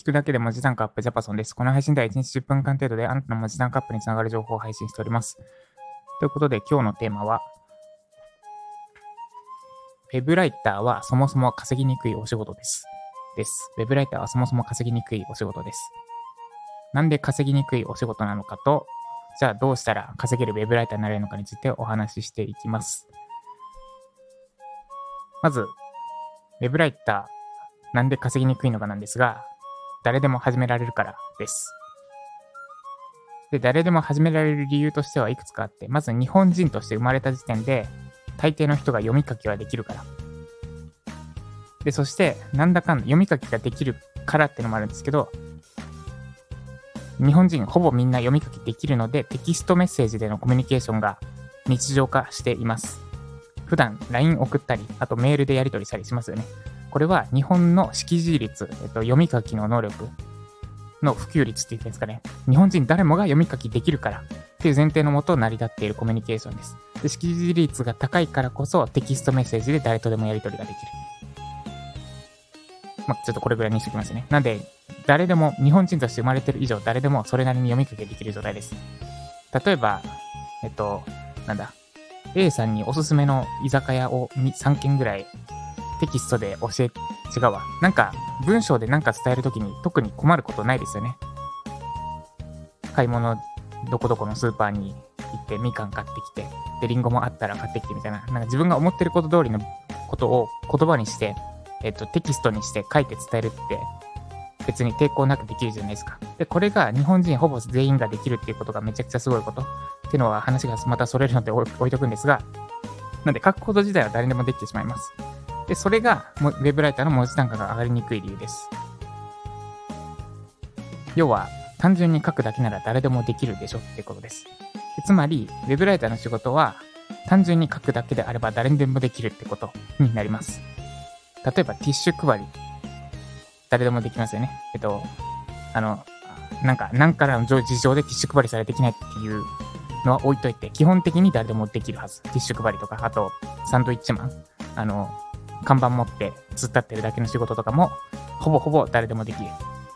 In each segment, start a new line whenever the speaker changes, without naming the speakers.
くだけで文字単価アップジャパソンです。この配信では1日10分間程度であなたの文字単価アップにつながる情報を配信しております。ということで今日のテーマは、ウェブライターはそもそも稼ぎにくいお仕事です。ウェブライターはそもそも稼ぎにくいお仕事です。なんで稼ぎにくいお仕事なのかと、じゃあどうしたら稼げるウェブライターになれるのかについてお話ししていきます。まず、ウェブライター、なんで稼ぎにくいのかなんですが、誰でも始められるからです。で、誰でも始められる理由としてはいくつかあって、まず日本人として生まれた時点で、大抵の人が読み書きはできるから。で、そして、なんだかんだ読み書きができるからってのもあるんですけど、日本人ほぼみんな読み書きできるので、テキストメッセージでのコミュニケーションが日常化しています。普段 LINE 送ったり、あとメールでやり取りしたりしますよね。これは日本の識字率、読み書きの能力の普及率って言ってんですかね。日本人誰もが読み書きできるからっていう前提のもと成り立っているコミュニケーションです。で、識字率が高いからこそテキストメッセージで誰とでもやり取りができる。ちょっとこれぐらいにしておきますね。なんで、誰でも、日本人として生まれてる以上、誰でもそれなりに読み書きできる状態です。例えば、A さんにおすすめの居酒屋を3軒ぐらいテキストで違うわ。なんか、文章でなんか伝えるときに特に困ることないですよね。買い物、どこどこのスーパーに行ってみかん買ってきて、で、リンゴもあったら買ってきてみたいな。なんか自分が思ってること通りのことを言葉にして、テキストにして書いて伝えるって別に抵抗なくできるじゃないですか。で、これが日本人ほぼ全員ができるっていうことがめちゃくちゃすごいことっていうのは話がまたそれるので置いとくんですが、なんで書くこと自体は誰でもできてしまいます。で、それがウェブライターの文字単価が上がりにくい理由です。要は単純に書くだけなら誰でもできるでしょってことです。で、つまりウェブライターの仕事は単純に書くだけであれば誰でもできるってことになります。例えばティッシュ配り。誰でもできますよね。なんからの事情でティッシュ配りされできないっていうのは置いといて、基本的に誰でもできるはず。ティッシュ配りとか、あと、サンドイッチマン。看板持って突っ立ってるだけの仕事とかも、ほぼほぼ誰でもできる。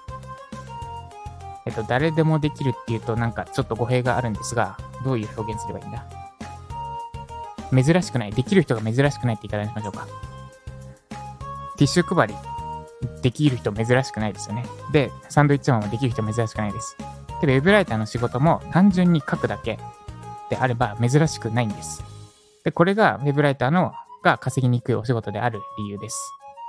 誰でもできるっていうと、なんかちょっと語弊があるんですが、どういう表現すればいいんだ？珍しくない。できる人が珍しくないって言い方にしましょうか。ティッシュ配り。できる人珍しくないですよね。で、サンドイッチマンもできる人珍しくないです。で、ウェブライターの仕事も単純に書くだけであれば珍しくないんです。で、これがウェブライターが稼ぎにくいお仕事である理由です。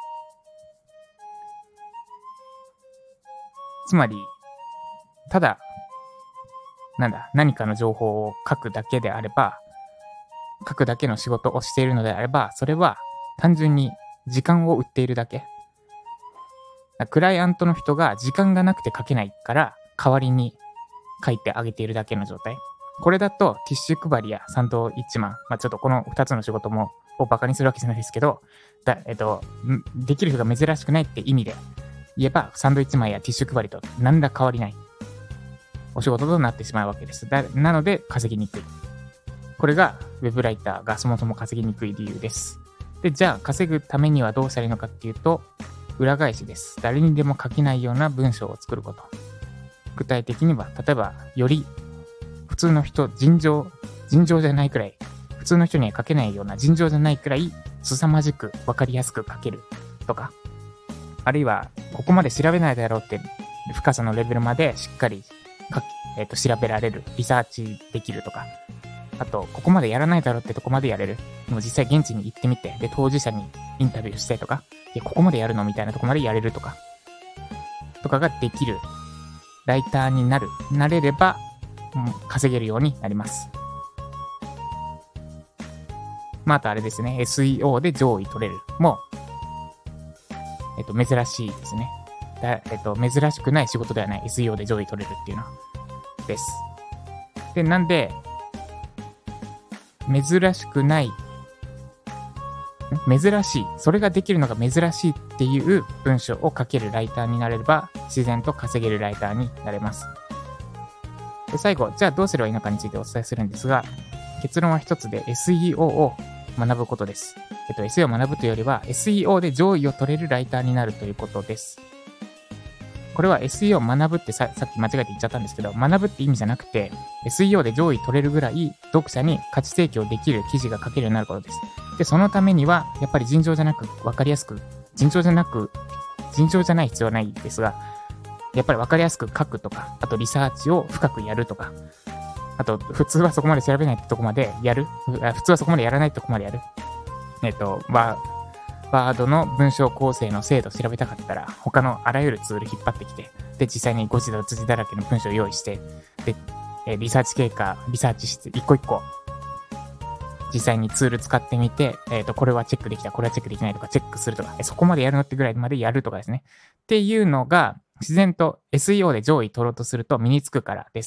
つまり、ただ、何かの情報を書くだけであれば、書くだけの仕事をしているのであれば、それは単純に時間を売っているだけ。クライアントの人が時間がなくて書けないから代わりに書いてあげているだけの状態。これだとティッシュ配りやサンドイッチマン、ちょっとこの2つの仕事をバカにするわけじゃないですけど、できる人が珍しくないって意味で言えばサンドイッチマンやティッシュ配りと何ら変わりないお仕事となってしまうわけです。なので稼ぎにくい。これがウェブライターがそもそも稼ぎにくい理由です。で、じゃあ稼ぐためにはどうしたらいいのかっていうと、裏返しです。誰にでも書けないような文章を作ること。具体的には、例えば、より普通の人、尋常じゃないくらい、普通の人には書けないような尋常じゃないくらい、凄まじく分かりやすく書けるとか、あるいは、ここまで調べないだろうって深さのレベルまでしっかり調べられる、リサーチできるとか、あと、ここまでやらないだろうってとこまでやれる。もう実際現地に行ってみて、で、当事者にインタビューしてとか、ここまでやるのみたいなとこまでやれるとかができるライターになれれば、稼げるようになります。あとあれですね、SEO で上位取れるも、珍しいですね。珍しくない仕事ではない SEO で上位取れるっていうのです。で、なんで、珍しくない、珍しい、それができるのが珍しいっていう文章を書けるライターになれれば、自然と稼げるライターになれます。で、最後、じゃあどうすればいいのかについてお伝えするんですが、結論は一つで SEO を学ぶことです。SEO を学ぶというよりは SEO で上位を取れるライターになるということです。 これは SEO を学ぶってさっき間違えて言っちゃったんですけど、学ぶって意味じゃなくて、SEO で上位取れるぐらい読者に価値提供できる記事が書けるようになることです。で、そのためには、やっぱり尋常じゃなく分かりやすく、尋常じゃない必要はないですが、やっぱり分かりやすく書くとか、あとリサーチを深くやるとか、あと普通はそこまで調べないってとこまでやる、普通はそこまでやらないってとこまでやる。ワードの文章構成の精度を調べたかったら、他のあらゆるツール引っ張ってきて、で、実際に誤字脱字だらけの文章を用意して、で、リサーチ経過、リサーチして、一個一個、実際にツール使ってみて、これはチェックできた、これはチェックできないとか、チェックするとか、そこまでやるのってぐらいまでやるとかですね。っていうのが、自然と SEO で上位取ろうとすると身につくからです。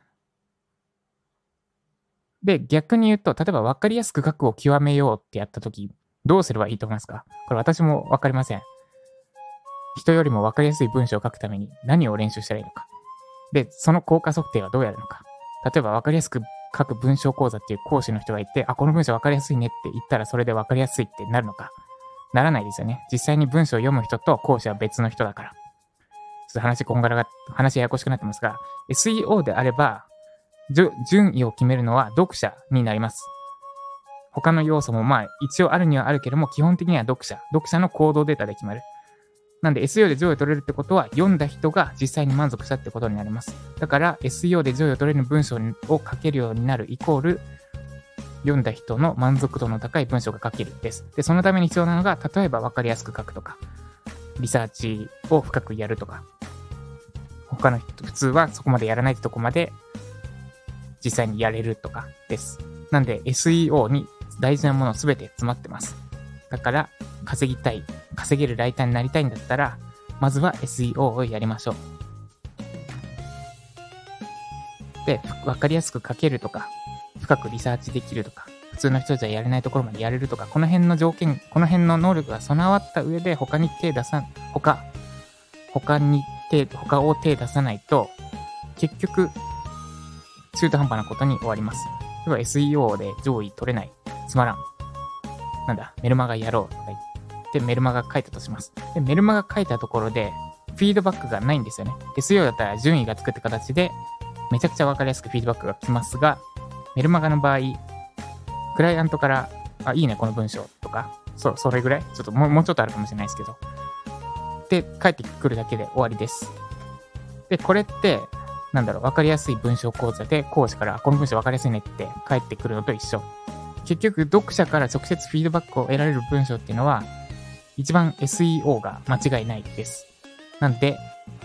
で、逆に言うと、例えば分かりやすく書くを極めようってやったとき、どうすればいいと思いますか？これ私も分かりません。人よりも分かりやすい文章を書くために何を練習したらいいのか。で、その効果測定はどうやるのか。例えば分かりやすく書く文章講座っていう講師の人がいて、この文章分かりやすいねって言ったらそれで分かりやすいってなるのか。ならないですよね。実際に文章を読む人と講師は別の人だから。ちょっと話ややこしくなってますが、SEO であれば、順位を決めるのは読者になります。他の要素も一応あるにはあるけども、基本的には読者の行動データで決まる。なんで SEO で上位を取れるってことは、読んだ人が実際に満足したってことになります。だから SEO で上位を取れる文章を書けるようになるイコール、読んだ人の満足度の高い文章が書けるです。で、そのために必要なのが、例えば分かりやすく書くとか、リサーチを深くやるとか、他の人、普通はそこまでやらないってとこまで実際にやれるとかです。なんで SEO に大事なものすべて詰まってます。だから稼げるライターになりたいんだったら、まずは SEO をやりましょう。で、わかりやすく書けるとか、深くリサーチできるとか、普通の人じゃやれないところまでやれるとか、この辺の条件、この辺の能力が備わった上で他を手出さないと、結局、中途半端なことに終わります。例えば SEO で上位取れない。つまらん。メルマガやろうとか言ってメルマガ書いたとします。で、メルマガ書いたところで、フィードバックがないんですよね。SEO だったら順位がつくって形で、めちゃくちゃわかりやすくフィードバックが来ますが、メルマガの場合、クライアントから、いいね、この文章とか、それぐらいちょっともうちょっとあるかもしれないですけど。で、返ってくるだけで終わりです。で、これって、わかりやすい文章講座で講師から、この文章わかりやすいねって返ってくるのと一緒。結局、読者から直接フィードバックを得られる文章っていうのは、一番 SEO が間違いないです。なんで、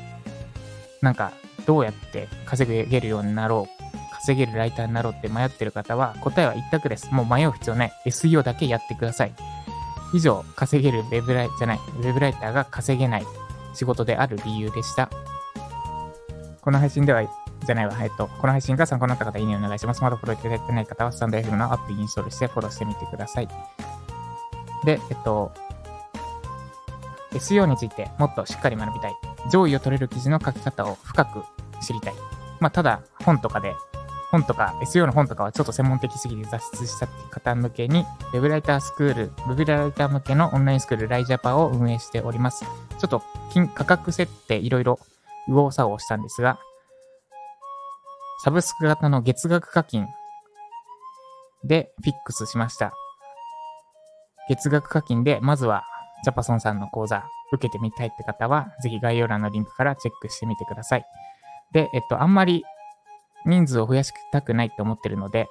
どうやって稼げるようになろう、稼げるライターになろうって迷ってる方は、答えは一択です。もう迷う必要ない。SEO だけやってください。以上、稼げるウェブライターが稼げない仕事である理由でした。この配信が参考になった方、いいねお願いします。まだフォローいただいてない方は、スタンド FM のアプリインストールしてフォローしてみてください。で、SEO についてもっとしっかり学びたい。上位を取れる記事の書き方を深く知りたい。ただ、本とか SEO の本とかはちょっと専門的すぎて挫折した方向けに、ウェブライター向けのオンラインスクールライジャパを運営しております。ちょっと価格設定いろいろ右往左往したんですが、サブスク型の月額課金でフィックスしました。月額課金で、まずはジャパソンさんの講座受けてみたいって方は、ぜひ概要欄のリンクからチェックしてみてください。で、あんまり人数を増やしたくないと思ってるので、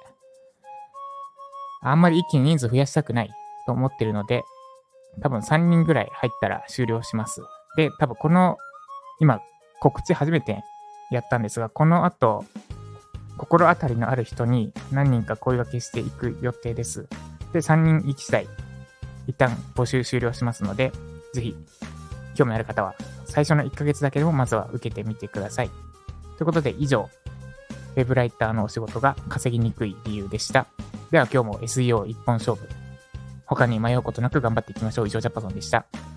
一気に人数増やしたくないと思ってるので、多分3人ぐらい入ったら終了します。で、多分今、告知初めてやったんですが、この後、心当たりのある人に何人か声掛けしていく予定です。で、3人行き次第、一旦募集終了しますので、ぜひ、興味ある方は、最初の1ヶ月だけでもまずは受けてみてください。ということで、以上、ウェブライターのお仕事が稼ぎにくい理由でした。では今日も SEO 一本勝負。他に迷うことなく頑張っていきましょう。以上、ジャパソンでした。